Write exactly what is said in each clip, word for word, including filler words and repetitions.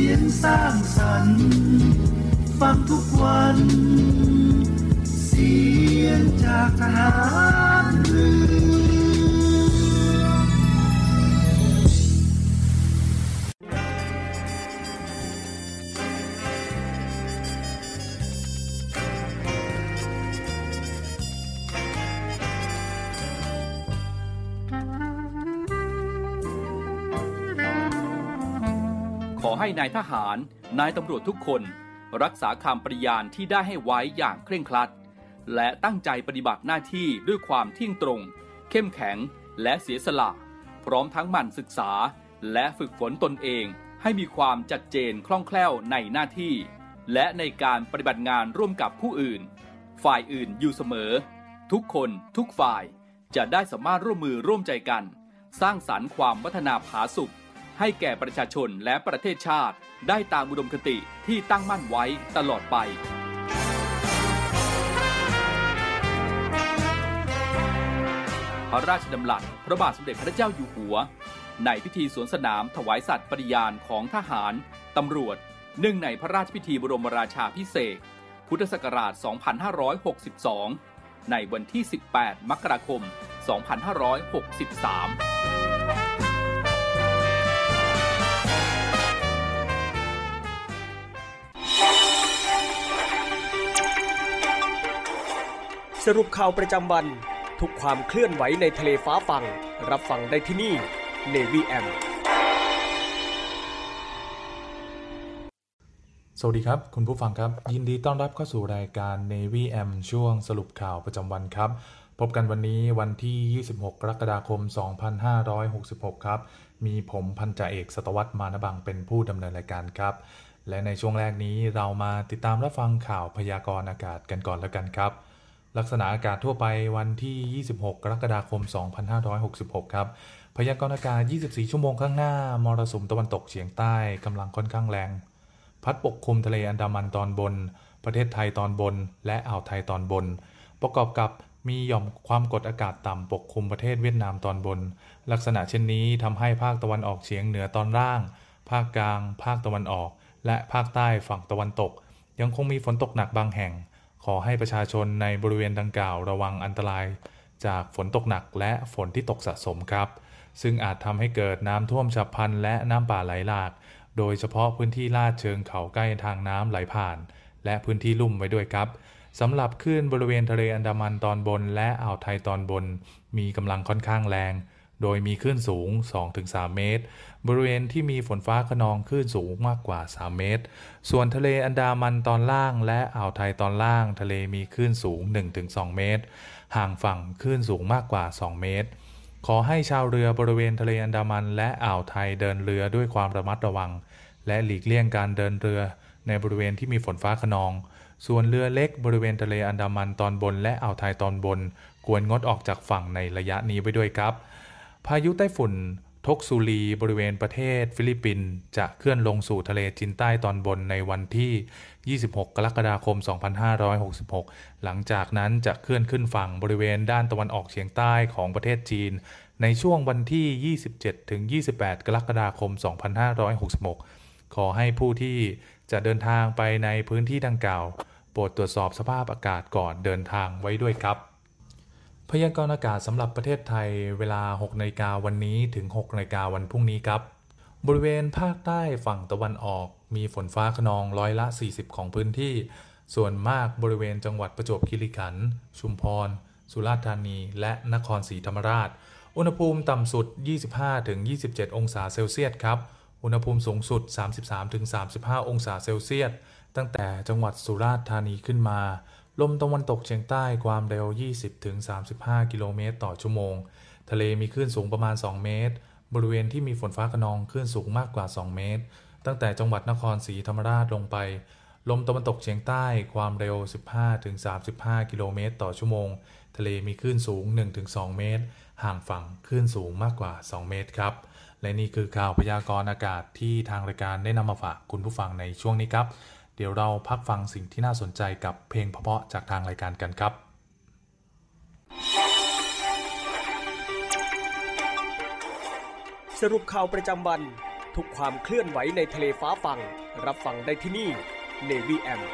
สียงสร้างสรรค์ฟังทุกวันเสียงจากทหารเรือขอให้นายทหารนายตำรวจทุกคนรักษาคำปฏิญาณที่ได้ให้ไว้อย่างเคร่งครัดและตั้งใจปฏิบัติหน้าที่ด้วยความเที่ยงตรงเข้มแข็งและเสียสละพร้อมทั้งหมั่นศึกษาและฝึกฝนตนเองให้มีความชัดเจนคล่องแคล่วในหน้าที่และในการปฏิบัติงานร่วมกับผู้อื่นฝ่ายอื่นอยู่เสมอทุกคนทุกฝ่ายจะได้สามารถร่วมมือร่วมใจกันสร้างสรรค์ความพัฒนาผาสุกให้แก่ประชาชนและประเทศชาติได้ตามอุดมคติที่ตั้งมั่นไว้ตลอดไปพระราชดำรัสพระบาทสมเด็จพระเจ้าอยู่หัวในพิธีสวนสนามถวายสัตย์ปฏิญาณของทหารตำรวจเนื่องในพระราชพิธีบรมราชาภิเษกพุทธศักราช สองพันห้าร้อยหกสิบสอง ในวันที่ สิบแปด มกราคม สองพันห้าร้อยหกสิบสามสรุปข่าวประจำวันทุกความเคลื่อนไหวในทะเลฟ้าฟังรับฟังได้ที่นี่ Navy เอ เอ็มสวัสดีครับคุณผู้ฟังครับยินดีต้อนรับเข้าสู่รายการ Navy เอ เอ็ม ช่วงสรุปข่าวประจำวันครับพบกันวันนี้วันที่ยี่สิบหกกรกฎาคมสองพันห้าร้อยหกสิบหกครับมีผมพันจ่าเอกศตวรรษมานบังเป็นผู้ดำเนินรายการครับและในช่วงแรกนี้เรามาติดตามรับฟังข่าวพยากรณ์อากาศกันก่อนแล้วกันครับลักษณะอากาศทั่วไปวันที่ยี่สิบหกกรกฎาคมสองพันห้าร้อยหกสิบหกครับพยากรณ์อากาศยี่สิบสี่ชั่วโมงข้างหน้ามรสุมตะวันตกเฉียงใต้กำลังค่อนข้างแรงพัดปกคลุมทะเลอันดามันตอนบนประเทศไทยตอนบนและอ่าวไทยตอนบนประกอบกับมีหย่อมความกดอากาศต่ำปกคลุมประเทศเวียดนามตอนบนลักษณะเช่นนี้ทำให้ภาคตะวันออกเฉียงเหนือตอนล่างภาคกลางภาคตะวันออกและภาคใต้ฝั่งตะวันตกยังคงมีฝนตกหนักบางแห่งขอให้ประชาชนในบริเวณดังกล่าวระวังอันตรายจากฝนตกหนักและฝนที่ตกสะสมครับซึ่งอาจทำให้เกิดน้ำท่วมฉับพลันและน้ำป่าไหลหลากโดยเฉพาะพื้นที่ลาดเชิงเขาใกล้ทางน้ำไหลผ่านและพื้นที่ลุ่มไว้ด้วยครับสำหรับคลื่นบริเวณทะเลอันดามันตอนบนและอ่าวไทยตอนบนมีกำลังค่อนข้างแรงโดยมีคลื่นสูง สองถึงสาม เมตรบริเวณที่มีฝนฟ้าคะนองคลื่นสูงมากกว่าสามเมตรส่วนทะเลอันดามันตอนล่างและอ่าวไทยตอนล่างทะเลมีคลื่นสูง หนึ่งถึงสอง เมตรห่างฝั่งคลื่นสูงมากกว่าสองเมตรขอให้ชาวเรือบริเวณทะเลอันดามันและอ่าวไทยเดินเรือด้วยความระมัดระวังและหลีกเลี่ยงการเดินเรือในบริเวณที่มีฝนฟ้าคะนองส่วนเรือเล็กบริเวณทะเลอันดามันตอนบนและอ่าวไทยตอนบนควรงดออกจากฝั่งในระยะนี้ไว้ด้วยครับพายุไต้ฝุ่นทกซูลีบริเวณประเทศฟิลิปปินส์จะเคลื่อนลงสู่ทะเลจีนใต้ตอนบนในวันที่ยี่สิบหกกรกฎาคมสองพันห้าร้อยหกสิบหกหลังจากนั้นจะเคลื่อนขึ้นฝั่งบริเวณด้านตะวันออกเฉียงใต้ของประเทศจีนในช่วงวันที่ยี่สิบเจ็ดถึงยี่สิบแปดกรกฎาคมสองพันห้าร้อยหกสิบหกขอให้ผู้ที่จะเดินทางไปในพื้นที่ดังกล่าวโปรดตรวจสอบสภาพอากาศก่อนเดินทางไว้ด้วยครับพยากรณ์อากาศสำหรับประเทศไทยเวลา หกนาฬิกา วันนี้ถึง หกนาฬิกา วันพรุ่งนี้ครับบริเวณภาคใต้ฝั่งตะวันออกมีฝนฟ้าคะนองร้อยละสี่สิบของพื้นที่ส่วนมากบริเวณจังหวัดประจวบคีรีขันธ์ชุมพรสุราษฎร์ธานีและนครศรีธรรมราชอุณหภูมิต่ำสุด ยี่สิบห้าถึงยี่สิบเจ็ด องศาเซลเซียสครับอุณหภูมิสูงสุด สามสิบสามถึงสามสิบห้า องศาเซลเซียสตั้งแต่จังหวัดสุราษฎร์ธานีขึ้นมาลมตะวันตกเฉียงใต้ความเร็ว ยี่สิบถึงสามสิบห้า กิโลเมตรต่อชั่วโมงทะเลมีคลื่นสูงประมาณสองเมตรบริเวณที่มีฝนฟ้าคะนองคลื่นสูงมากกว่าสองเมตรตั้งแต่จังหวัดนครศรีธรรมราชลงไปลมตะวันตกเฉียงใต้ความเร็ว สิบห้าถึงสามสิบห้า กิโลเมตรต่อชั่วโมงทะเลมีคลื่นสูง หนึ่งถึงสอง เมตรห่างฝั่งคลื่นสูงมากกว่าสองเมตรครับและนี่คือข่าวพยากรณ์อากาศที่ทางรายการได้นำมาฝากคุณผู้ฟังในช่วงนี้ครับเดี๋ยวเราพักฟังสิ่งที่น่าสนใจกับเพลงเพราะๆจากทางรายการกันครับสรุปข่าวประจำวันทุกความเคลื่อนไหวในทะเลฟ้าฟังรับฟังได้ที่นี่ Navy เอ เอ็ม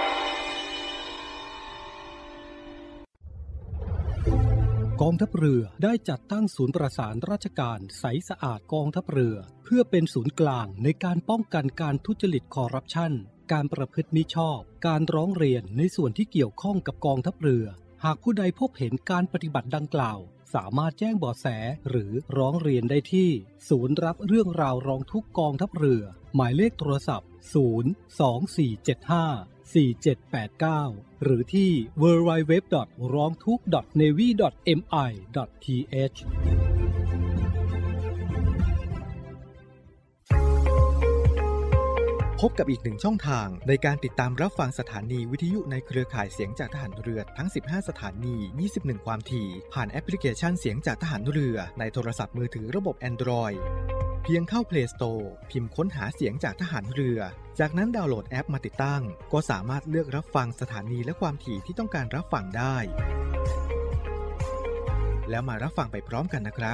กองทัพเรือได้จัดตั้งศูนย์ประสานราชการใสสะอาดกองทัพเรือเพื่อเป็นศูนย์กลางในการป้องกันการทุจริตคอร์รัปชันการประพฤติมิชอบการร้องเรียนในส่วนที่เกี่ยวข้องกับกองทัพเรือหากผู้ใดพบเห็นการปฏิบัติดังกล่าวสามารถแจ้งเบาะแสหรือร้องเรียนได้ที่ศูนย์รับเรื่องราวร้องทุกข์กองทัพเรือหมายเลขโทรศัพท์ศูนย์ สอง สี่ เจ็ด ห้า สี่ เจ็ด แปด เก้าหรือที่ ดับเบิลยู ดับเบิลยู ดับเบิลยู ดอท ร้องทุกข์ ดอท เนวี่ ดอท เอ็ม ไอ ดอท ที เอชพบกับอีกหนึ่งช่องทางในการติดตามรับฟังสถานีวิทยุในเครือข่ายเสียงจากทหารเรือทั้งสิบห้าสถานียี่สิบเอ็ดความถี่ผ่านแอปพลิเคชันเสียงจากทหารเรือในโทรศัพท์มือถือระบบ Android เพียงเข้า Play Store พิมพ์ค้นหาเสียงจากทหารเรือจากนั้นดาวน์โหลดแอปมาติดตั้งก็สามารถเลือกรับฟังสถานีและความถี่ที่ต้องการรับฟังได้แล้วมารับฟังไปพร้อมกันนะครับ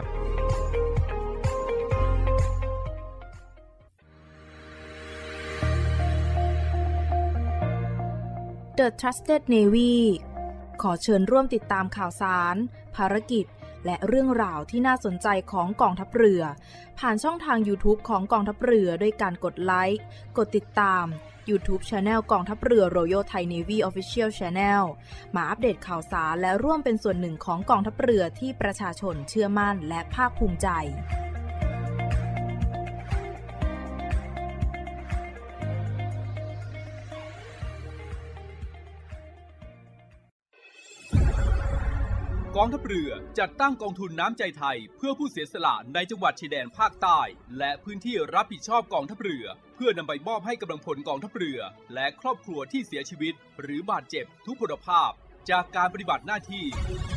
The Trusted Navy ขอเชิญร่วมติดตามข่าวสารภารกิจและเรื่องราวที่น่าสนใจของกองทัพเรือผ่านช่องทาง YouTube ของกองทัพเรือด้วยการกดไลค์กดติดตาม YouTube Channel กองทัพเรือ Royal Thai Navy Official Channel มาอัปเดตข่าวสารและร่วมเป็นส่วนหนึ่งของกองทัพเรือที่ประชาชนเชื่อมั่นและภาคภูมิใจกองทัพเรือจัดตั้งกองทุนน้ำใจไทยเพื่อผู้เสียสละในจังหวัดชายแดนภาคใต้และพื้นที่รับผิดชอบกองทัพเรือเพื่อนำไปมอบให้กำลังพลกองทัพเรือและครอบครัวที่เสียชีวิตหรือบาดเจ็บทุกพลภาพจากการปฏิบัติหน้าที่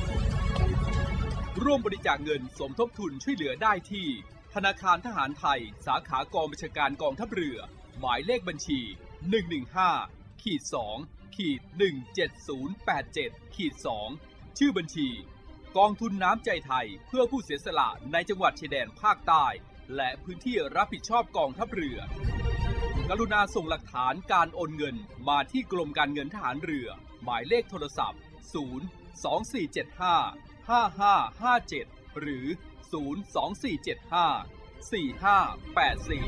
ร่วมบริจาคเงินสมทบทุนช่วยเหลือได้ที่ธนาคารทหารไทยสาขากองบัญชาการกองทัพเรือหมายเลขบัญชี หนึ่ง หนึ่ง ห้า สอง หนึ่ง เจ็ด ศูนย์ แปด เจ็ด สองชื่อบัญชีกองทุนน้ำใจไทยเพื่อผู้เสียสละในจังหวัดชายแดนภาคใต้และพื้นที่รับผิดชอบกองทัพเรือกรุณาส่งหลักฐานการโอนเงินมาที่กรมการเงินทหารเรือหมายเลขโทรศัพท์ศูนย์ สอง สี่ เจ็ด ห้า ห้า ห้า ห้า เจ็ดหรือศูนย์ สอง สี่ เจ็ด ห้า สี่ ห้า แปด สี่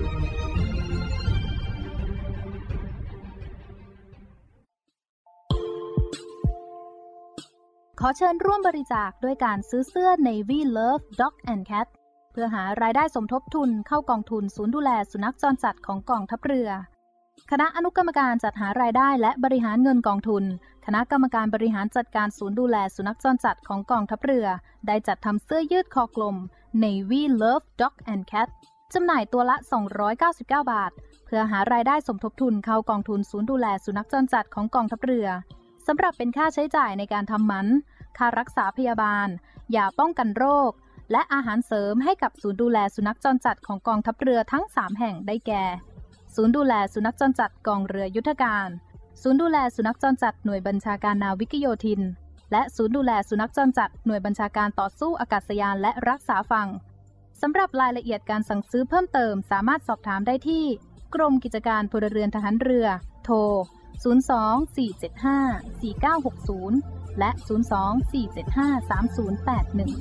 ขอเชิญร่วมบริจาคด้วยการซื้อเสื้อ Navy Love Dog and Cat เพื่อหารายได้สมทบทุนเข้ากองทุนศูนย์ดูแลสุนัขจรจัดของกองทัพเรือคณะอนุกรรมการจัดหารายได้และบริหารเงินกองทุนคณะกรรมการบริหารจัดการศูนย์ดูแลสุนัขจรจัดของกองทัพเรือได้จัดทำเสื้อยืดคอกลม Navy Love Dog and Cat จำหน่ายตัวละสองร้อยเก้าสิบเก้าบาทเพื่อหารายได้สมทบทุนเข้ากองทุนศูนย์ดูแลสุนัขจรจัดของกองทัพเรือสำหรับเป็นค่าใช้จ่ายในการทำหมันค่ารักษาพยาบาลยาป้องกันโรคและอาหารเสริมให้กับศูนย์ดูแลสุนัขจรจัดของกองทัพเรือทั้งสามแห่งได้แก่ศูนย์ดูแลสุนัขจรจัดกองเรือยุทธการศูนย์ดูแลสุนัขจรจัดหน่วยบัญชาการนาวิกโยธินและศูนย์ดูแลสุนัขจรจัดหน่วยบัญชาการต่อสู้อากาศยานและรักษาฝั่งสำหรับรายละเอียดการสั่งซื้อเพิ่มเติมสามารถสอบถามได้ที่กรมกิจการพลเรือนทหารเรือโทรศูนย์ สอง สี่ เจ็ด ห้า สี่ เก้า หก ศูนย์และศูนย์ สอง สี่ เจ็ด ห้า สาม ศูนย์ แปด หนึ่ง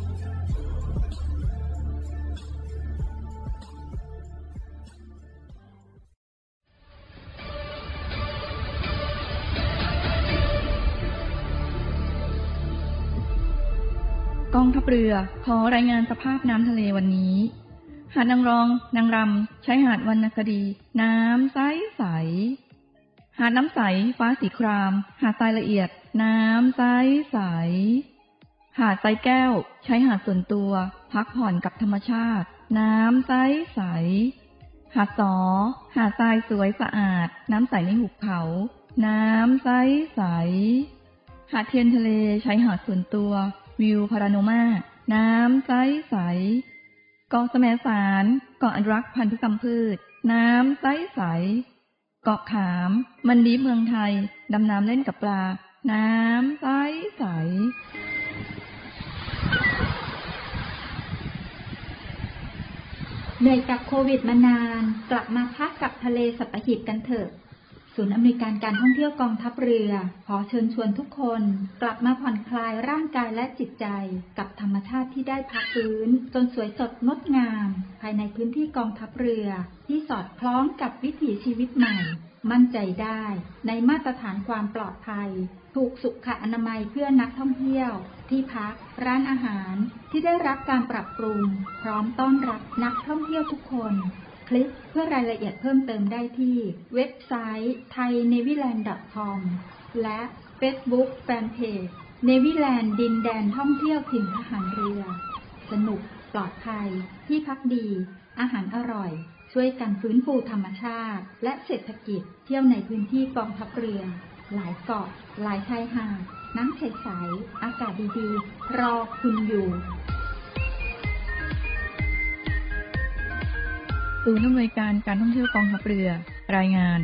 กองทัพเรือขอรายงานสภาพน้ำทะเลวันนี้หาดนางรองนางรำชายหาดวรรณคดีน้ำใสใสหาดน้ำใสฟ้าสีครามหาดทรายละเอียดน้ำใสใสหาดทรายแก้วใช้หาดส่วนตัวพักผ่อนกับธรรมชาติน้ำใสใสหาดสอหาดทรายสวยสะอาดน้ำใสในหุบเขาน้ำใสใสหาดเทียนทะเลใช้หาดส่วนตัววิวพาราโนมาน้ำใสใสเกาะแสมสารเกาะอนุรักษ์พันธุกรรมพืชน้ำใสใสเกาะขามมันดีเมืองไทยดำน้ำเล่นกับปลาน้ำใสใสเหนื่อยกับโควิดมานานกลับมาพักกับทะเลสัตหีบกันเถอะศูนย์อำนวยการการท่องเที่ยวกองทัพเรือขอเชิญชวนทุกคนกลับมาผ่อนคลายร่างกายและจิตใจกับธรรมชาติที่ได้พักฟื้นจนสวยสดงดงามภายในพื้นที่กองทัพเรือที่สอดคล้องกับวิถีชีวิตใหม่มั่นใจได้ในมาตรฐานความปลอดภัยถูกสุขอนามัยเพื่อนักท่องเที่ยวที่พักร้านอาหารที่ได้รับการปรับปรุงพร้อมต้อนรับนักท่องเที่ยวทุกคนคลิกเพื่อรายละเอียดเพิ่มเติมได้ที่เว็บไซต์ ไทยเนวิแลนด์ ดอท คอม และ Facebook Fanpage เนวิแลนด์ดินแดนท่องเที่ยวถิ่นทหารเรือสนุกปลอดภัยที่พักดีอาหารอร่อยช่วยกันฟื้นฟูธรรมชาติและเศรษฐกิจเที่ยวในพื้นที่กองทัพเรือหลายเกาะหลายชายหาดน้ำใสๆอากาศดีๆรอคุณอยู่ศูนย์อำนวยการการท่องเที่ยวกองทัพเรือรายงาน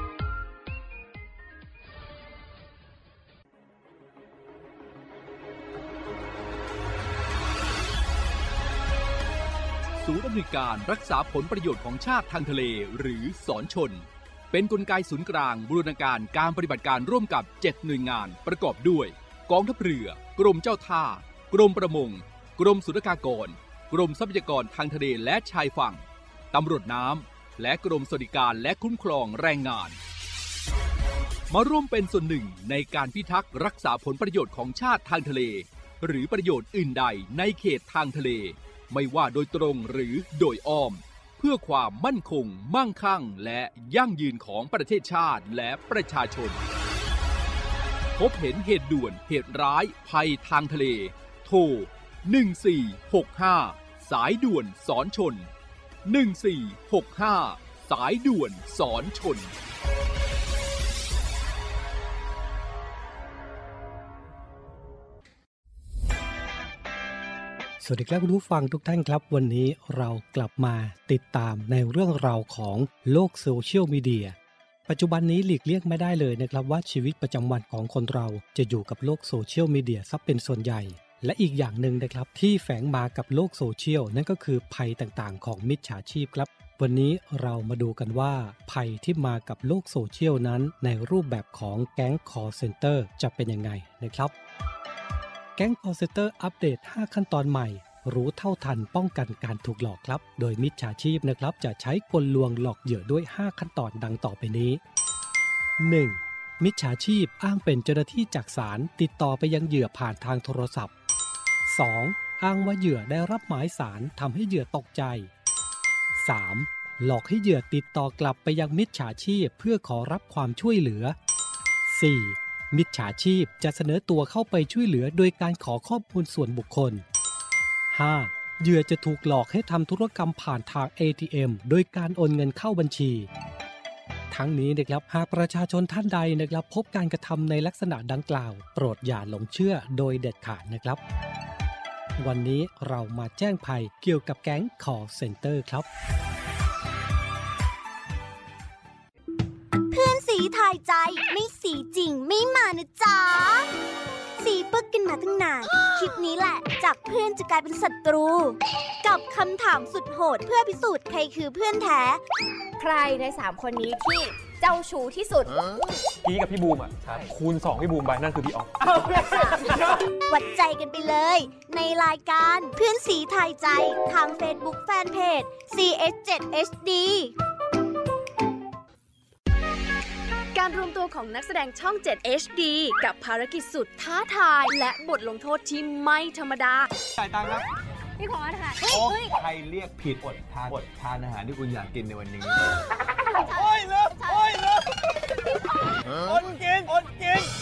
ศูนย์อำนวยการรักษาผลประโยชน์ของชาติทางทะเลหรือศรชนเป็นกลไกศูนย์กลางบูรณาการการปฏิบัติการร่วมกับเจ็ดหน่วยงานประกอบด้วยกองทัพเรือกรมเจ้าท่ากรมประมงกรมศุลกากรกรมทรัพยากรทางทะเลและชายฝั่งตำรวจน้ำและกรมสวัสดิการและคุ้มครองแรงงานมาร่วมเป็นส่วนหนึ่งในการพิทักษ์รักษาผลประโยชน์ของชาติทางทะเลหรือประโยชน์อื่นใดในเขตทางทะเลไม่ว่าโดยตรงหรือโดยอ้อมเพื่อความมั่นคงมั่งคั่งและยั่งยืนของประเทศชาติและประชาชนพบเห็นเหตุด่วนเหตุร้ายภัยทางทะเลโทรหนึ่งสี่หกห้าสายด่วนสอนชนหนึ่งสี่หกห้าสายด่วนสอนชนสวัสดีครับคุณผู้ฟังทุกท่านครับวันนี้เรากลับมาติดตามในเรื่องราวของโลกโซเชียลมีเดียปัจจุบันนี้หลีกเลี่ยงไม่ได้เลยนะครับว่าชีวิตประจำวันของคนเราจะอยู่กับโลกโซเชียลมีเดียซะเป็นส่วนใหญ่และอีกอย่างหนึ่งนะครับที่แฝงมากับโลกโซเชียลนั่นก็คือภัยต่างๆของมิจฉาชีพครับวันนี้เรามาดูกันว่าภัยที่มากับโลกโซเชียลนั้นในรูปแบบของแก๊ง call center จะเป็นยังไงนะครับแก๊ง call center อัปเดตห้าขั้นตอนใหม่รู้เท่าทันป้องกันการถูกหลอกครับโดยมิจฉาชีพนะครับจะใช้กลลวงหลอกเหยื่อด้วยห้าขั้นตอนดังต่อไปนี้ หนึ่ง. มิจฉาชีพอ้างเป็นเจ้าหน้าที่จากศาลติดต่อไปยังเหยื่อผ่านทางโทรศัพท์ สอง. อ้างว่าเหยื่อได้รับหมายศาลทำให้เหยื่อตกใจ สาม. หลอกให้เหยื่อติดต่อกลับไปยังมิจฉาชีพเพื่อขอรับความช่วยเหลือ สี่. มิจฉาชีพจะเสนอตัวเข้าไปช่วยเหลือโดยการขอข้อมูลส่วนบุคคล ห้า. เหยื่อจะถูกหลอกให้ทำธุรกรรมผ่านทาง เอ ที เอ็ม โดยการโอนเงินเข้าบัญชีทั้งนี้นะครับหากประชาชนท่านใดนะครับพบการกระทำในลักษณะดังกล่าวโปรดอย่าหลงเชื่อโดยเด็ดขาดนะครับวันนี้เรามาแจ้งภัยเกี่ยวกับแก๊ง call center ครับเพื่อนสีถ่ายใจไม่สีจริงไม่มานะจ๊ะสีปึ๊กกันมาตั้งนานคลิปนี้แหละจากเพื่อนจะกลายเป็นศัตรูกับคำถามสุดโหดเพื่อพิสูจน์ใครคือเพื่อนแท้ใครในสามคนนี้ที่เจ้าชู้ที่สุดพี่กับพี่บูมอ่ะคูณสองพี่บูมไปนั่นคือพี่ออฟวัดใจกันไปเลยในรายการเพื่อนสีถ่ายใจทาง Facebook Fanpage ซี เอส เจ็ด เอช ดีการรวมตัวของนักแสดงช่อง เจ็ด เอช ดี กับภารกิจสุดท้าทายและบทลงโทษที่ไม่ธรรมดาจ่ายตังค์ครับพี่ขออาหารโอ้ใครเรียกผิดอดทานอดทานอาหารที่คุณอยากกินในวันนี้โอ้ยเลิกโอ้ยเลิกอดกินอดกิน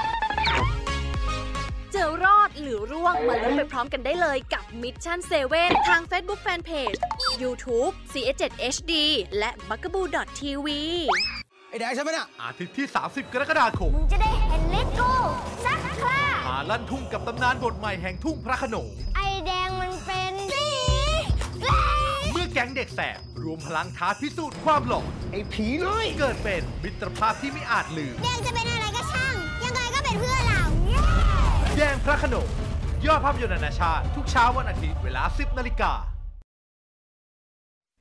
เจอรอดหรือร่วงมาลุ้นไปพร้อมกันได้เลยกับ Mission เซเว่น ทาง Facebook Fanpage YouTube ซี เอส เจ็ด เอช ดี และ บักกะบู ดอท ที วีไอ้แดงใช่ไหมน่ะอาทิตย์ที่สามสิบกรกฎาคมมึงจะได้เห็นลิฟต์กูสักครามาลั่นทุ่งกับตำนานบทใหม่แห่งทุ่งพระโขนงไอ้แดงมันเป็นผีเมื่อแก๊งเด็กแสบรวมพลังท้าพิสูจน์ความหลอนไอ้ผีน้อยเกิดเป็นมิตรภาพที่ไม่อาจลืมแดงจะเป็นอะไรก็ช่างยังไงก็เป็นเพื่อนเราแดงพระโขนงยอดภาพยนตร์นานาชาติทุกเช้าวันอาทิตย์เวลาสิบนาฬิกา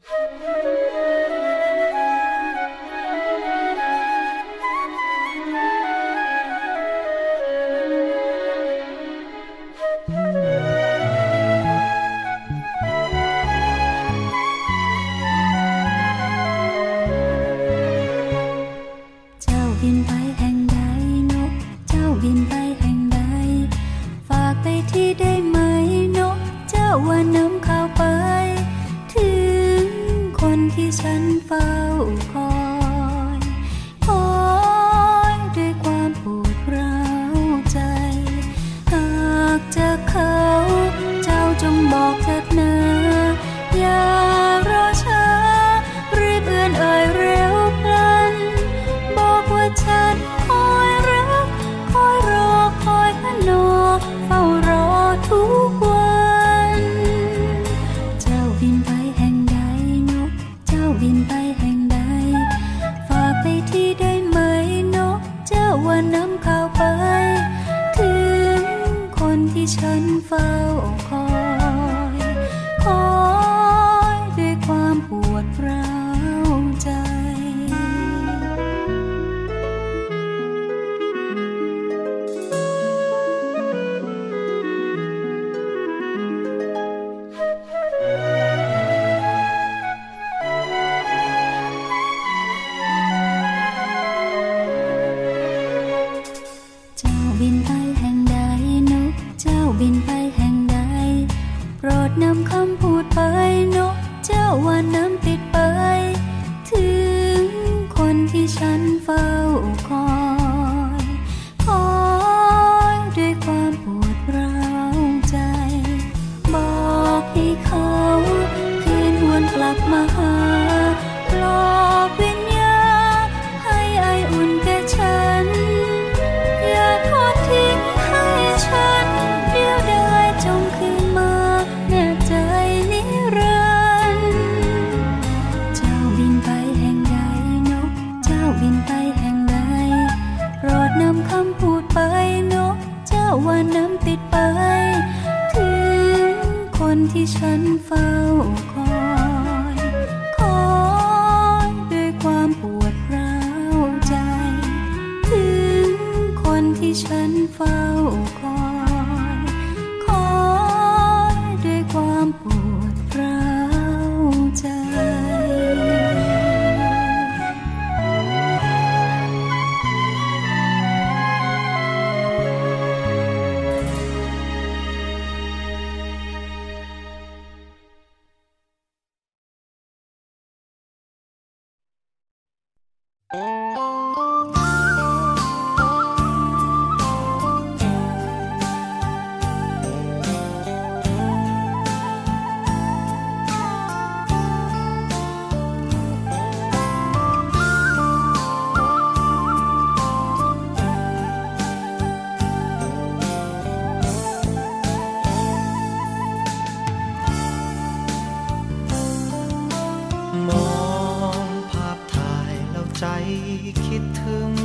คิดถึง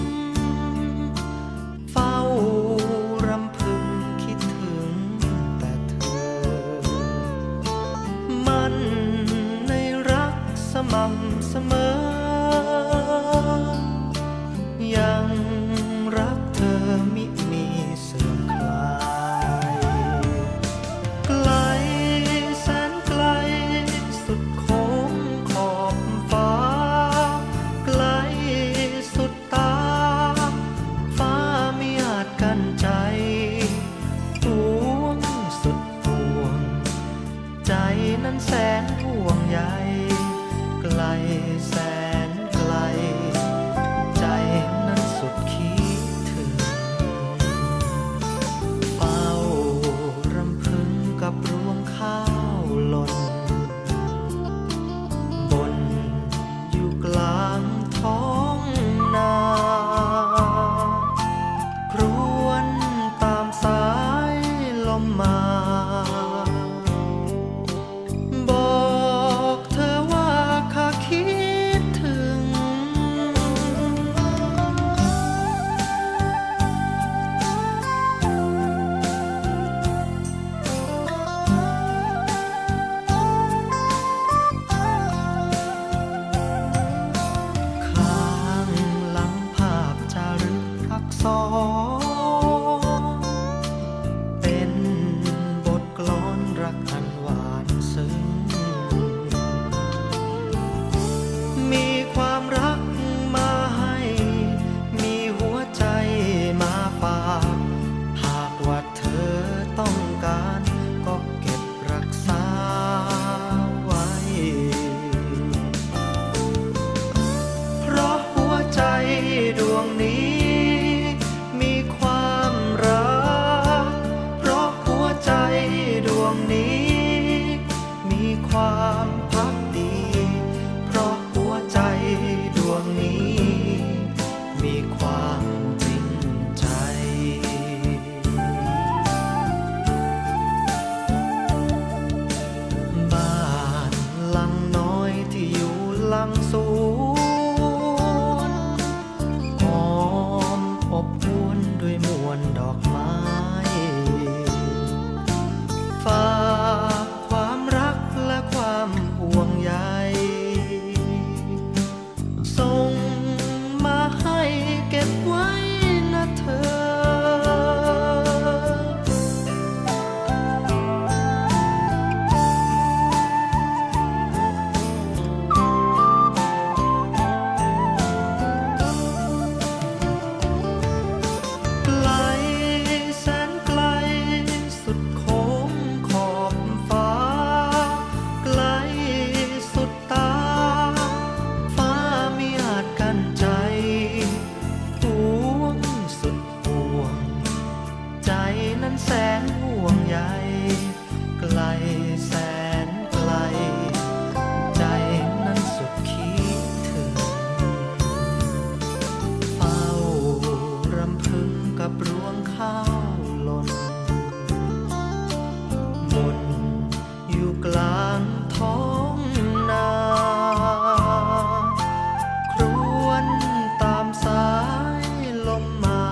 เฝ้ารำพึงคิดถึงแต่เธอมันในรักสม่ำเสมอยังรักเธอมิมีเสื่อมคลายไกลแสนไกลสุดโค้งขอบฟ้าไกลสุดตาฟ้ามิอาจกั้นใจปวงสุดปวงใจนั้นแสนห่วงใยไกลแสนไกลใจนั้นสุดคิดถึงเฝ้ารำพึงกับรวงข้าวหล่นบนอยู่กลางท้องนาครวญตามสายลมมาบอกเธอว่าข้าคิดถึงงนี้มีความพักดีเพราะหัวใจดวงนี้มีความจริงใจบ้านหลังน้อยที่อยู่หลังสูงหอมอบอุ่นด้วยมวลดอกไม้ฝากความรักและความห่วงใยส่งมาให้เก็บไว้นะเธอไกลแสนไกลสุดโค้งขอบฟ้าไกลสุดตาฟ้ามิอาจกั้นใจห่วงสุดห่วงใจนั้นแสนห่วงใยไกลแสนไกลใจนั้นสุดคิดถึงเฝ้ารำพึงกับรวงข้าวหล่นหม่นอยู่กลางท้องนาครวญตามสายลมมา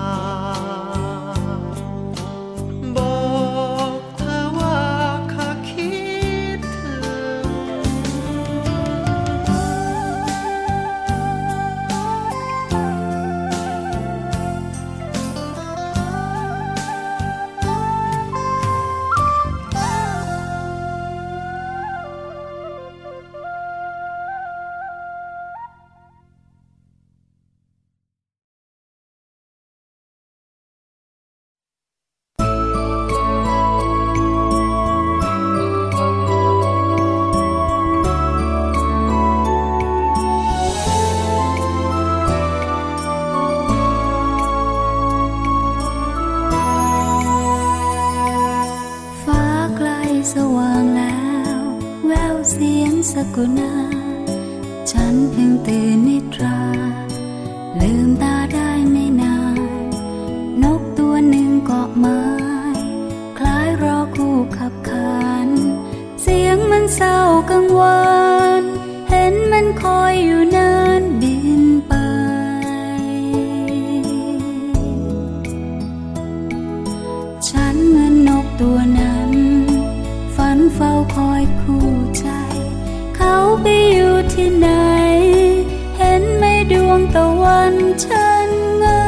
บอกเธอว่าข้าคิดถึงฟ้าใกล้สว่างแล้วแววเสียงสกุณาฉันเพิ่งตื่นนิทราลืมตาได้ไม่นานนกตัวหนึ่งเกาะไม้คล้ายรอคู่ขับขานเสียงมันเศร้ากังวานเห็นมันคอยอยู่นานบินไปฉันเหมือนนกตัวนั้นฝันเฝ้าคอยคู่ใจเขาไปอยู่ที่ไหนเห็นไหมดวงตะวันฉันเหงา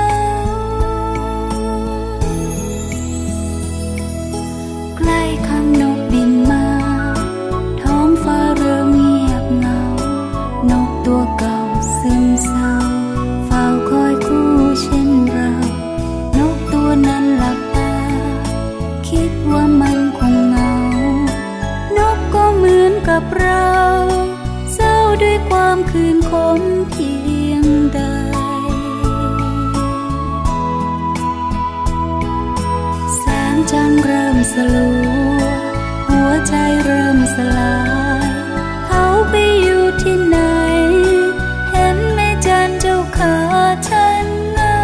ใกล้คำนกบินมาท้องฟ้าเริ่มเงียบเหงานกตัวเก่าซึมเศร้าเฝ้าคอยคู่เช่นเรานกตัวนั้นหลับตาคิดว่ามันคงเหงานกก็เหมือนกับเราเศร้าด้วยความคืนคมเพียงใดแสงจันทร์เริ่มสลัวหัวใจเริ่มสลายเขาไปอยู่ที่ไหนเห็นไหมจันทร์เจ้าขาฉันเหงา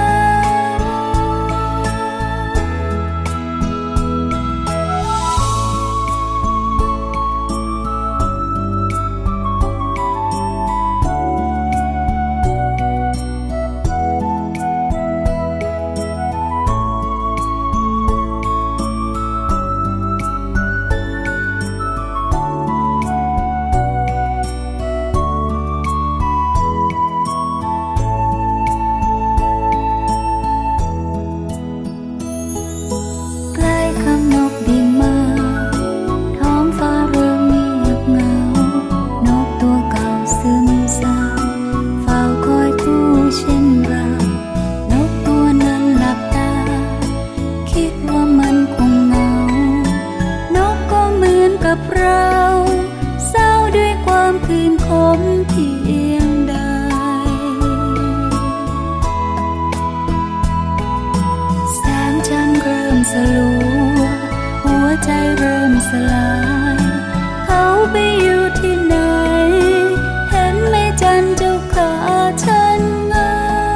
สลัวหัวใจเริ่มสสลายเขาไปอยู่ที่ไหนเห็นไหมจันเจ้าขาฉันเหงา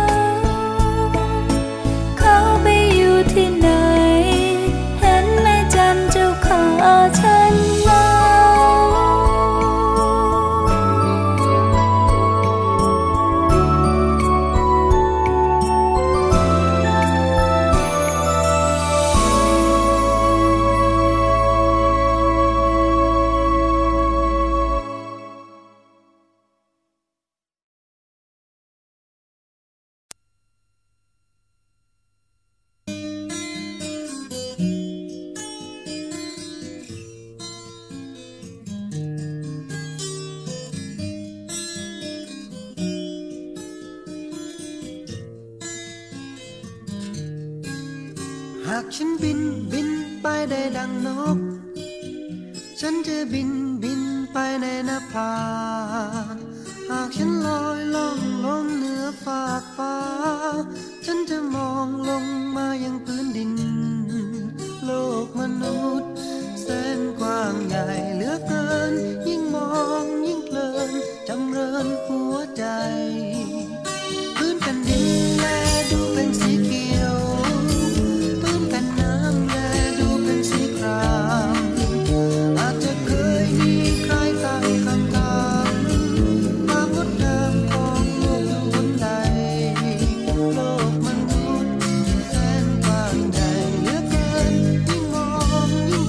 เขาไปอยู่ที่ไหนเห็นไหมจันเจ้าขาฉันเหงาหากฉันบินบินไปได้ดังนกฉันจะบินบินไปในนภาหากฉันลอยล่องลงเหนือฟากฟ้าฉันจะมองลงมายังพื้นดินโลกมนุษย์แสนกว้างใหญ่เหลือเกินยิ่งมองยิ่งเพลินจำเริญหัวใจพื้นแผ่นดินแลดูเป็นสีเขียวพื้นแผ่นน้ำแลดูเป็นสีครามอาจจะเคยมีใครตั้งคำถามความงดงามของโลกอยู่บนใดโลกมนุษย์แสนกว้างใหญ่เหลือเกินยิ่งมองยิ่ง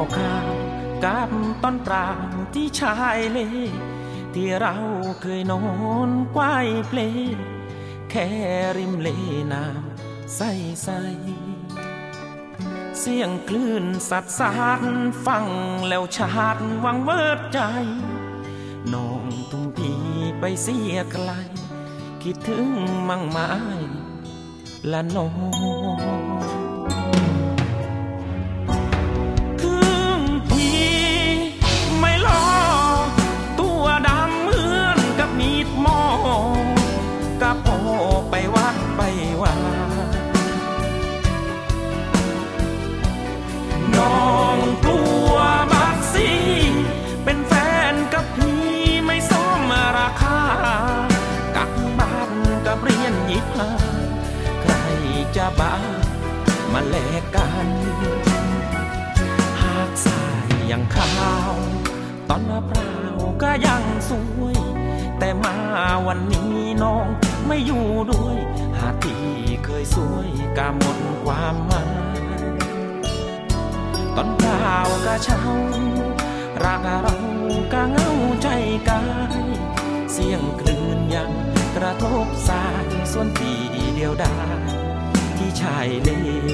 ข้าวกับต้นตราที่ชายเลที่เราเคยนอนควายเพลแค่ริมเลน้ำใสใสเสียงคลื่นสัดสาดฟังแล้วชาดวังเวิดใจน้องทุ่งพีไปเสียไกลคิดถึงมั่งไม้ละน้องถึงพี่ไม่รอตัวดำเหมือนกับมีดหมอกับพ่อไปวัดไปว่าน้องตัวบักซีเป็นแฟนกับพี่ไม่ซ้อมราคากับบ้านกับเรียนยิบหาใครจะบ้ามาแลกกันหากสายยังขาวตอนมะพร้าวก็ยังสวยแต่มาวันนี้น้องไม่อยู่ด้วยหากที่เคยสวยก็หมดความหมายตอนเปล่าก็เช่ารักเราก็เหงาใจกายเสียงคลื่นยังกระทบสายส่วนที่เดียวดายที่ชายเล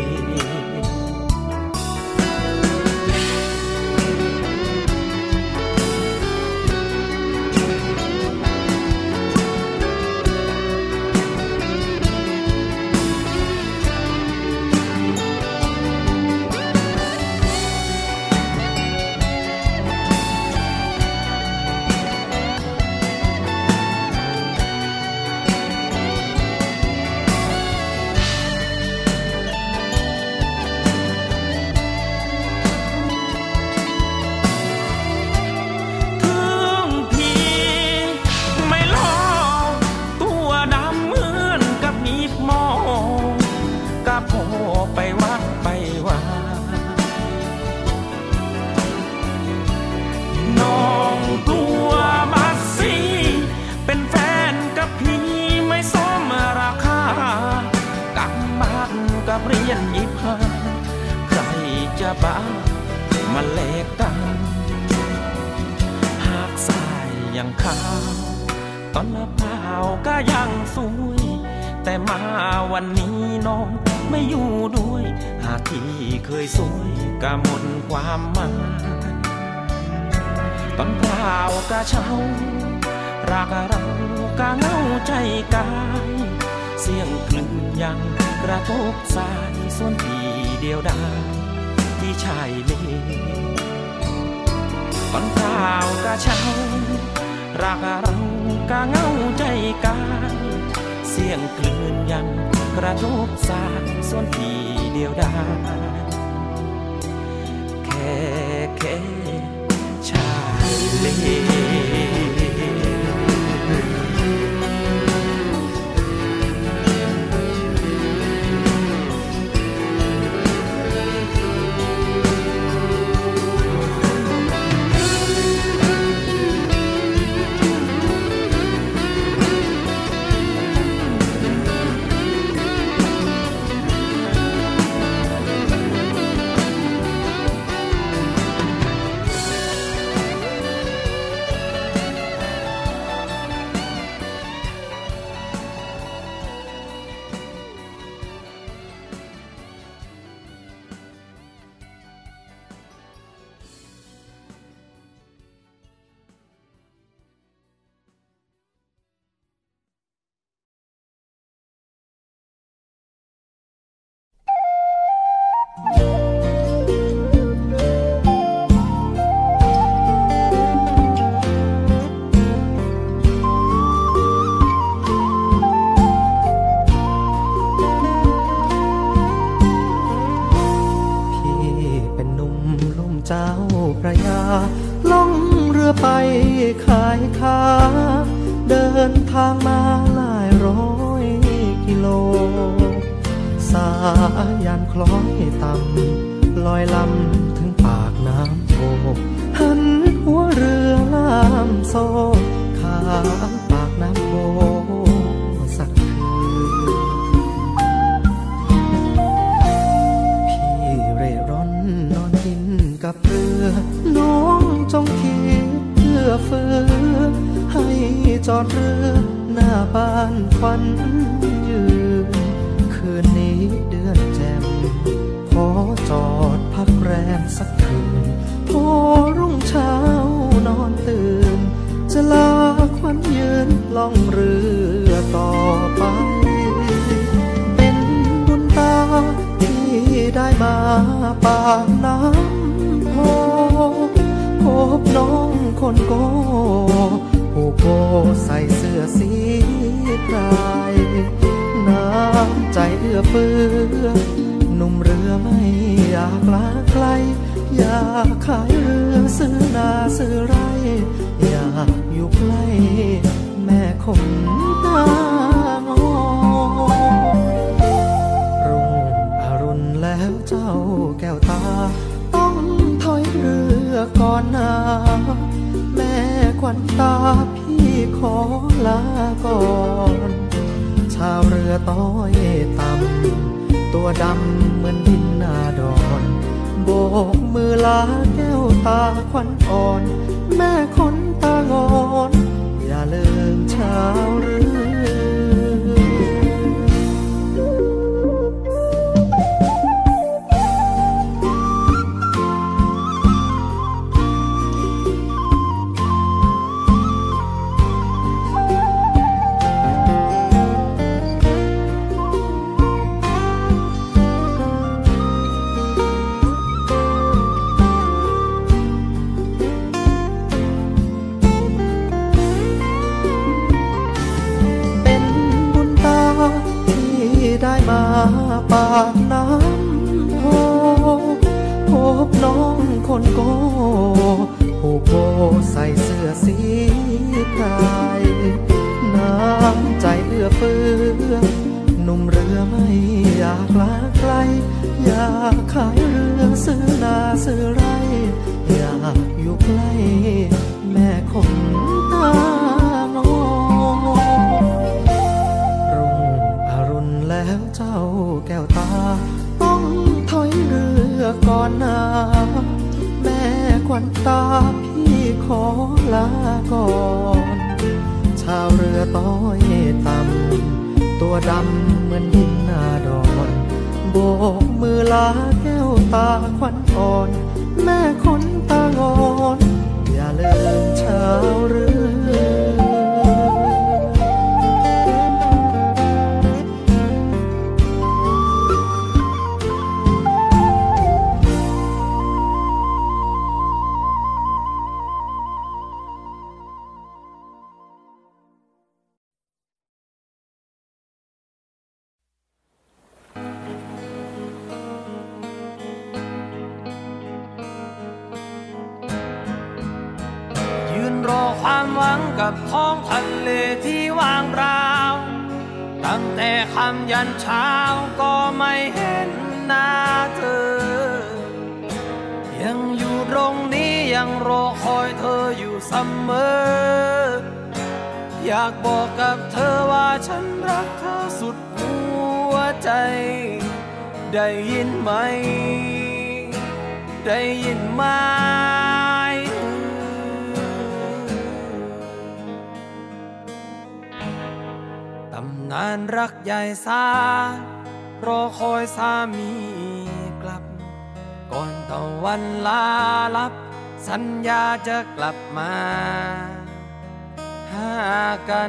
เรียนยิบหาใครจะบ้ามาแลกกันหากสายยังขาวตอนมะพร้าวก็ยังสวยแต่มาวันนี้น้องไม่อยู่ด้วยหากที่เคยสวยก็หมดความหมายตอนเปล่าก็เช่ารักเราก็เหงาใจกายเสียงคลื่นยังกระทบสายส่วนที่เดียวดายที่ชายเลตอนเปล่าก็เช่ารักเราก็เหงาใจกายเสียงคลื่นยังกระทบสายส่วนที่เดียวดายแค่แค่ชายเลพระยาล่องเรือไปขายค้าเดินทางมาหลายร้อยกิโลสายันคล้อยต่ำลอยลำถึงปากน้ำโพหันหัวเรือลามโซ่ข้ามปากน้ำโพสักคืนพี่เร่ร่อนนอนกินกับเรือฟื้อให้จอดเรือหน้าบ้านควันยืนคืนนี้เดือนแจ่มพอจอดพักแรมสักคืนพอรุ่งเช้านอนตื่นจะลาควันยืนล่องเรือต่อไปเป็นบุญตาที่ได้มาปากน้ำโพพบน้องคนโกผู้โกใส่เสื้อสีไพรน้ำใจเอื้อเฟื้อหนุ่มเรือไม่อยากลาไกลอยากขายเรือซื้อนาซื้อไรอยากอยู่ใกล้แม่คงตางอรุ่งอรุณแล้วเจ้าแก้วตาต้องถอยเรือก่อนนาแม่ควันตาพี่ขอลาก่อนชาวเรือต้อยต่ำตัวดำเหมือนดินนาดอนโบกมือลาแก้วตาควันอ่อนแม่คนตางอนอย่าลืมชาวเรือได้มาปากน้ำโพพบน้องคนโกผู้โกใส่เสื้อสีไพรน้ำใจเอื้อเฟื้อหนุ่มเรือไม่อยากลาไกลอยากขายเรือซื้อนาซื้อไรอยากอยู่ใกล้แม่คงตางอแล้วเจ้าแก้วตาต้องถอยเรือก่อนนาแม่ควันตาพี่ขอลาก่อนชาวเรือต้อยต่ำตัวดำเหมือนดินนาดอนโบกมือลาแก้วตาควันอ่อนแม่คนตางอนอย่าลืมชาวเรือความหวังกับท้องทะเลที่ว่างเปล่าตั้งแต่ค่ำยันเช้าก็ไม่เห็นหน้าเธอยังอยู่ตรงนี้ยังรอคอยเธออยู่เสมออยากบอกกับเธอว่าฉันรักเธอสุดหัวใจได้ยินไหมได้ยินไหมตำนานรักใหญ่สารอคอยสามีกลับก่อนตะวันลาลับสัญญาจะกลับมาหากัน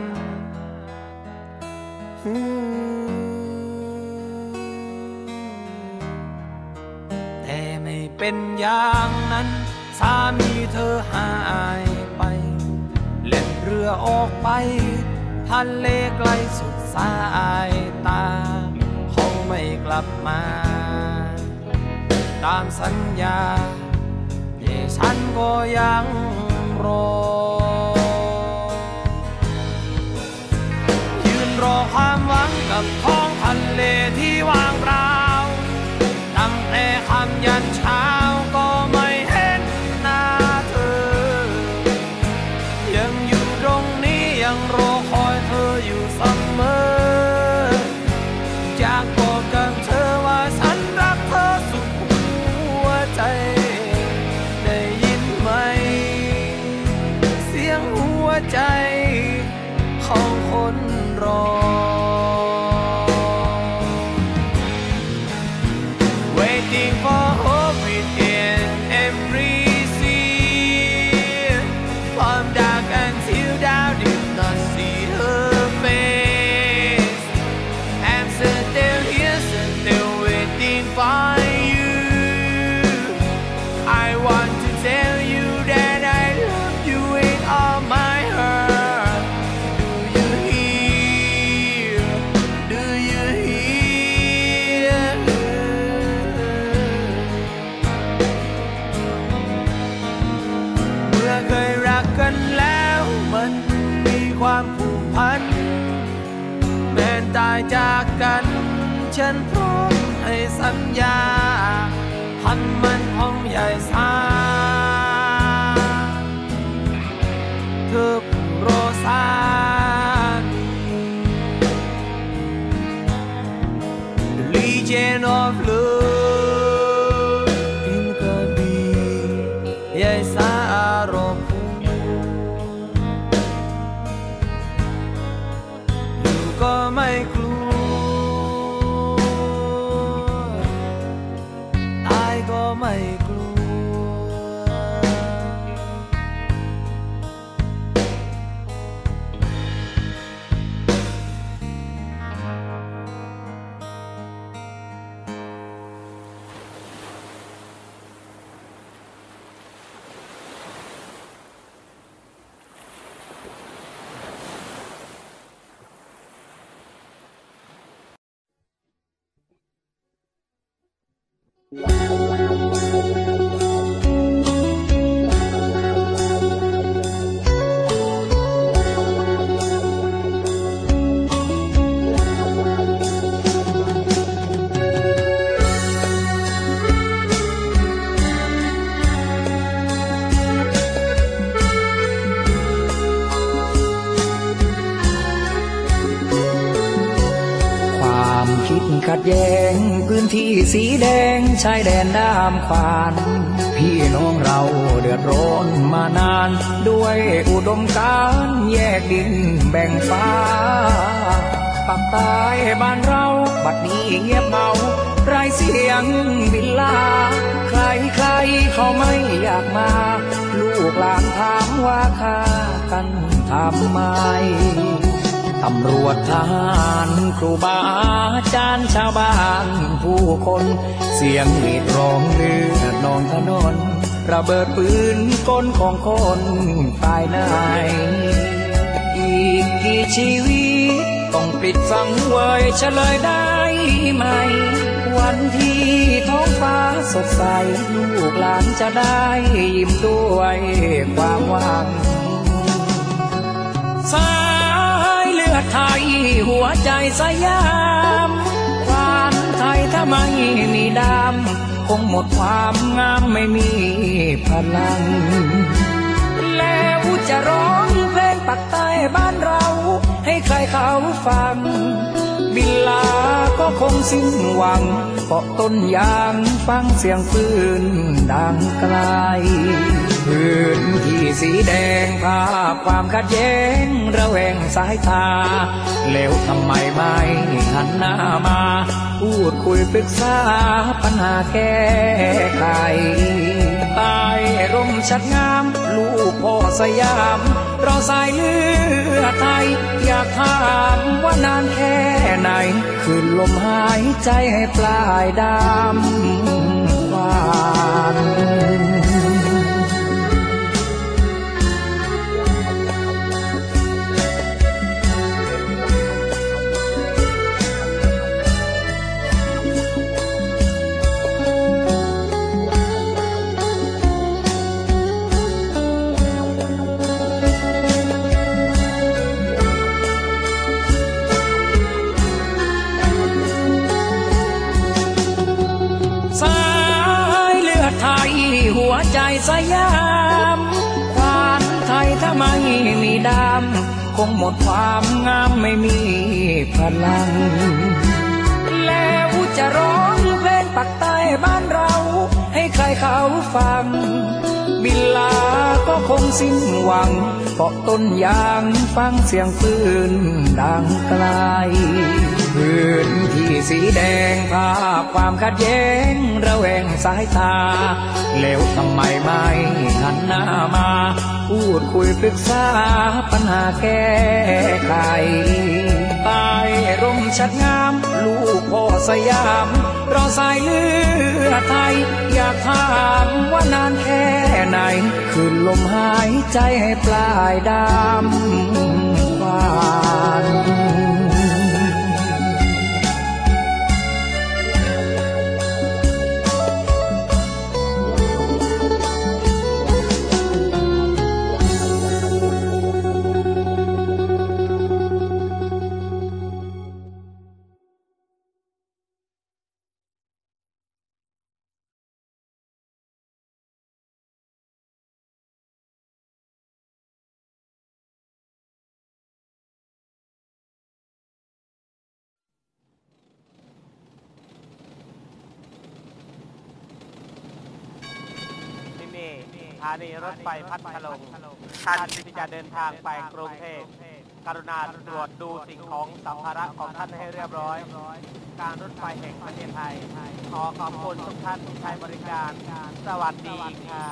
แต่ไม่เป็นอย่างนั้นสามีเธอหายไปเล่นเรือออกไปทะเลไกลสุดสายตาเขาไม่กลับมาตามสัญญาที่ฉันก็ยังรอยืนรอความหวังกับท้องทะเลที่ว่างเปล่าตั้งแต่ค่ำยันเช้าก็ไม่เห็นหน้าเธอยังอยู่ตรงนี้ยังรอคอยเธออยู่เสมออยากบอกกับเธอว่าฉันรักเธอสุดหัวใจได้ยินไหมเสียง waiting for hope within every scene. From dark until dawn, did not see her face. I'm still here, still waiting for you. I want to tell you that I love you with all my heart. Do you hear? Do you hear? เมื่อเคยรักกันแล้วมันมีความผูกพันแม้ตายจากกันฉันพร้อมให้สัญญาพันมันห้องใหญ่สาเธอผู้โรสานี The Legion of Love อินกระบี่ใหญ่สาอารมณ์อยู่ก็ไม่กลัวตายก็ไม่กลัวขัดแย้งพื้นที่สีแดงชายแดนด้ามขวานพี่น้องเราเดือดร้อนมานานด้วยอุดมการณ์แยกดินแบ่งฟ้าปักใต้บ้านเราบัดนี้เงียบเงาไร้เสียงบินลาใครใครเขาไม่อยากมาลูกหลานถามว่าฆ่ากันทำไมตำรวจทหารครูบาอาจารย์ชาวบ้านผู้คนเสียงหวีดร้องเลือดนองถนนระเบิดปืนก้นของคนตายในอีกกี่ชีวิตต้องปิดสังเวยเฉลยได้ไหมวันที่ท้องฟ้าสดใสลูกหลานจะได้ยิ้มด้วยความหวังสายเลือดไทยหัวใจสยามความไทยถ้าไม่มีดำคงหมดความงามไม่มีพลังแล้วจะร้องเพลงปักใต้บ้านเราให้ใครเขาฟังบินลาก็คงสิ้นหวังเกาะต้นยางฟังเสียงปืนดังไกลพื้นที่สีแดงภาพความขัดแย้งระแวงสายตาแล้วทำไมไม่หันหน้ามาพูดคุยปรึกษาปัญหาแก้ไขใต้ร่มชัดงามลูกพ่อสยามเราสายเลือดไทยอยากถามว่านานแค่ไหนคืนลมหายใจให้ปลายดำหวานหัวใจสยามควานไทยถ้าไม่มีดำคงหมดความงามไม่มีพลังแล้วจะร้องเพลงปักใต้บ้านเราให้ใครเขาฟังบินลาก็คงสิ้นหวังเกาะต้นยางฟังเสียงปืนดังไกลพื้นที่สีแดงภาพความขัดแย้งระแวงสายตาแล้วทำไมไม่หันหน้ามาพูดคุยปรึกษาปัญหาแก้ไขใต้ร่มชัดงามลูกพ่อสยามเราสายเลือดไทยอยากถามว่านานแค่ไหนคืนลมหายใจให้ปลายดำบานสถานีรถไฟพัทลุงท่านที่จะเดินทางไปกรุงเทพกรุณาตรวจดูสิ่งของสัมภาระของท่านให้เรียบร้อยการรถไฟแห่งประเทศไทยขอขอบคุณทุกท่านที่ใช้บริการสวัสดีค่ะ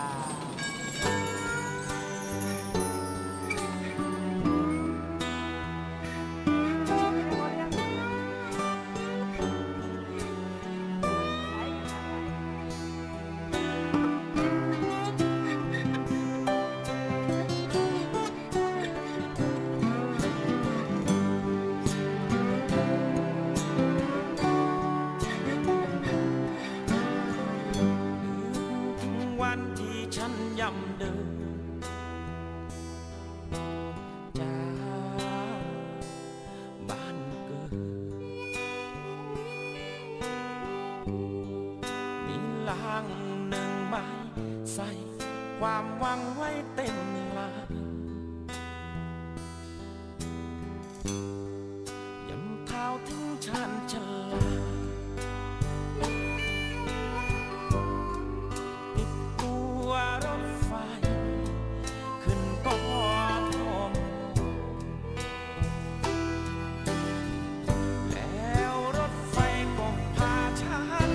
ความหวังไว้เต็มลานย่ำเท้าถึงชานชลาติดตัวรถไฟขึ้นกอทมแล้วรถไฟก็พาฉัน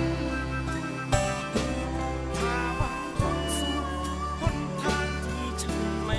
พาวันสู่หนทางที่ฉันไม่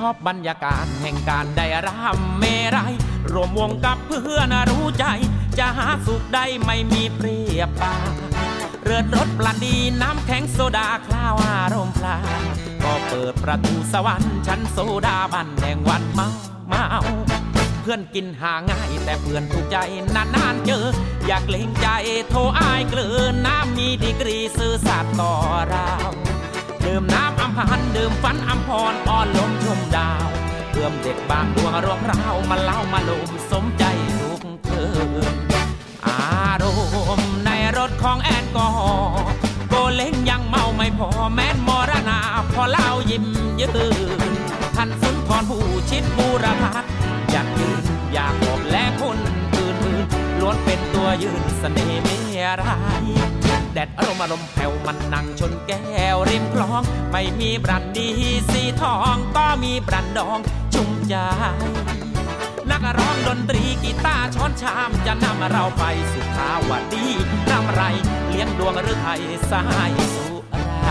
อบบรรยากาศแห่งการได้รำเมรัยรวมวงกับเพื่อนรู้ใจจะหาสุขได้ไม่มีเปรียบปานเรือรถปลาดีน้ำแข็งโซดาคลาวอารมณ์พลาก็เปิดประตูสวรรค์ชั้นโซดาบันแห่งวันเมาเมาเพื่อนกินหาง่ายแต่เพื่อนถูกใจนานๆเจออยากเล่งใจโทรอายเกลือน้ำมีดีกรีซื่อสัตย์ต่อเราดื่มน้ำอัมพันธ์ดื่มฝันอัมพรอ่อนลมชมดาวเพื่อมเด็กบางดวงรวงเรามาเล่ามาลมสมใจลูกเธออารมณ์ในรถของแอนกอฮอล์โกเล้งยังเมาไม่พอแม้นมรณาพอเล่ายิ้มยืนท่านสุนทรผู้ชิดบูรพัฒน์อยากยืนอยากบอกและคนอื่นๆล้วนเป็นตัวยืนเสน่ห์ไม่ร้ายแดดอารมณ์อารมณ์แผ่วมันนั่งชนแก้วริมคลองไม่มีบรันดีสีทองก็มีบรันดองชุ่มใจนักร้องดนตรีกีตาร์ช้อนชามจะนำเราไปสุขาวดีรำไรเลี้ยงดวงหรือไทยสายสุรา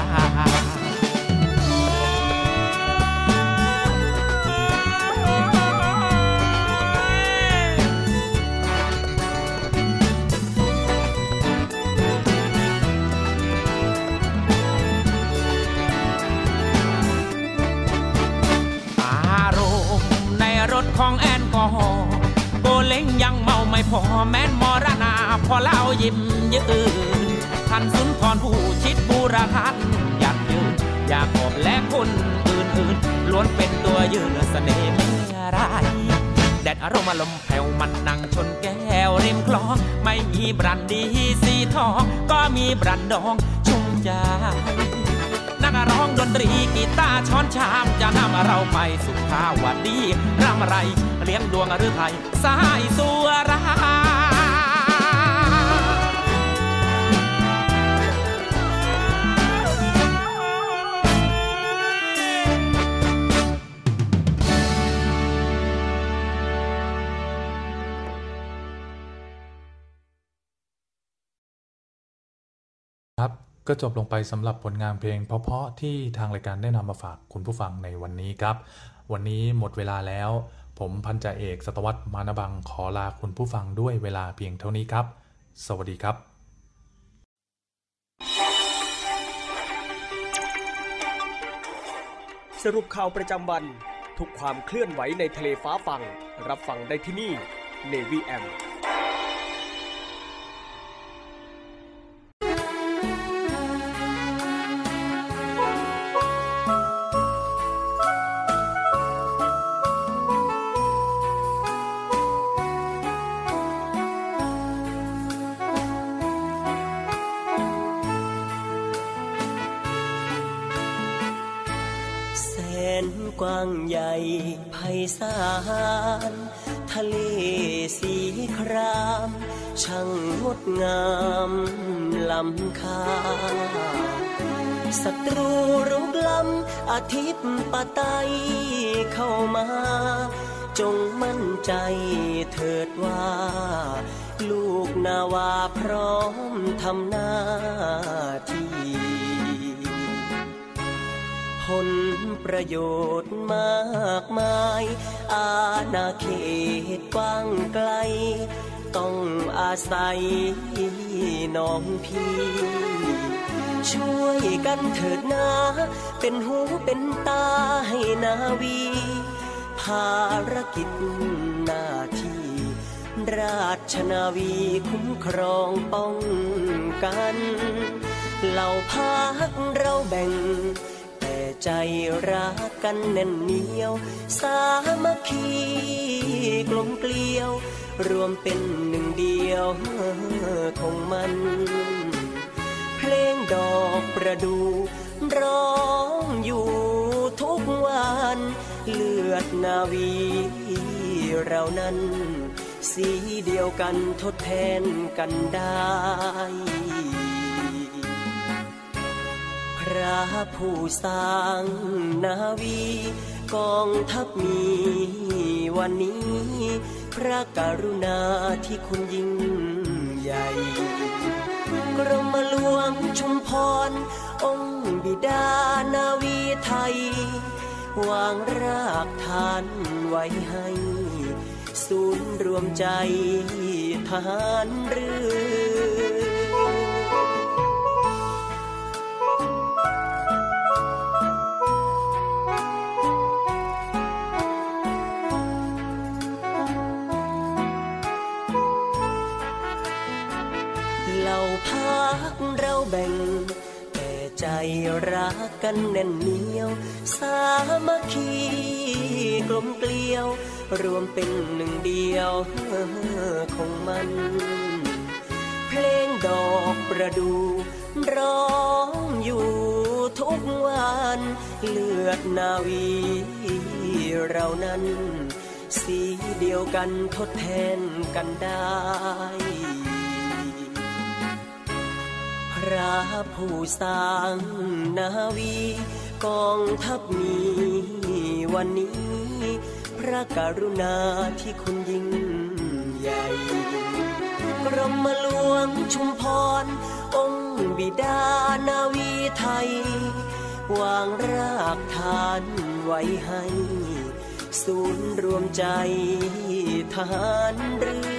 รถของแอนกอฮอล์โกเล้งยังเมาไม่พอแม้นมรณาพอเล่ายิ้มยืนท่านสุนทรผู้ชิดบูรพัฒน์อยากยืนอยากขอบและคนอื่นๆล้วนเป็นตัวยืนเสน่ห์ไม่ร้ายแดดอารมณ์อารมณ์แผ่วมันนั่งชนแก้วริมคลองไม่มีบรันดีสีทองก็มีบรันดองชุ่มใจนักร้องดนตรีกีตาร์ช้อนชามจะนำเราไปสุขาวดีรำไรเลี้ยงดวงหรือไทยสายสุราครับก็จบลงไปสำหรับผลงานเพลงเพราะๆที่ทางรายการได้นำมาฝากคุณผู้ฟังในวันนี้ครับวันนี้หมดเวลาแล้วผมพันจ่าเอกสัตวัฒน์มานบังขอลาคุณผู้ฟังด้วยเวลาเพียงเท่านี้ครับสวัสดีครับสรุปข่าวประจำวันทุกความเคลื่อนไหวในทะเลฟ้าฟังรับฟังได้ที่นี่ Navy เอ เอ็มกว้างใหญ่ไพศาลทะเลสีครามช่างงดงามล้ำค่าศัตรูรุกล้ำอาทิตย์ปะไตเข้ามาจงมั่นใจเถิดว่าลูกนาวาพร้อมทำหน้าที่ผลประโยชน์มากมายอาณาเขตกว้างไกลต้องอาศัยน้องพี่ช่วยกันเถิดนาเป็นหูเป็นตาให้นาวีภารกิจหน้าที่ราชนาวีคุ้มครองป้องกันเหล่าภาคเราแบ่งใจรักกันแน่นเหนียวสามัคคีกลมเกลียวรวมเป็นหนึ่งเดียวของมันเพลงดอกประดู่ร้องอยู่ทุกวันเลือดนาวีเรานั้นสีเดียวกันทดแทนกันได้พระผู้สร้างนาวีกองทัพมีวันนี้พระกรุณาที่คุณยิ่งใหญ่กรมหลวงชุมพรองค์บิดานาวีไทยวางรากฐานไว้ให้ศูนย์รวมใจทหารเรือเราพักเราแบ่งแต่ใจรักกันแน่นเหนียวสามัคคีกลมเกลียวรวมเป็นหนึ่งเดียวของมันเพลงดอกประดู่ร้องอยู่ทุกวันเลือดนาวีเรานั้นสีเดียวกันทดแทนกันได้พระผู้สร้างนาวีกองทัพมีวันนี้พระกรุณาที่คุณยิ่งใหญ่กรมหลวงชุมพรองค์บิดานาวีไทยวางรากฐานไว้ให้ศูนย์รวมใจทหารเรือ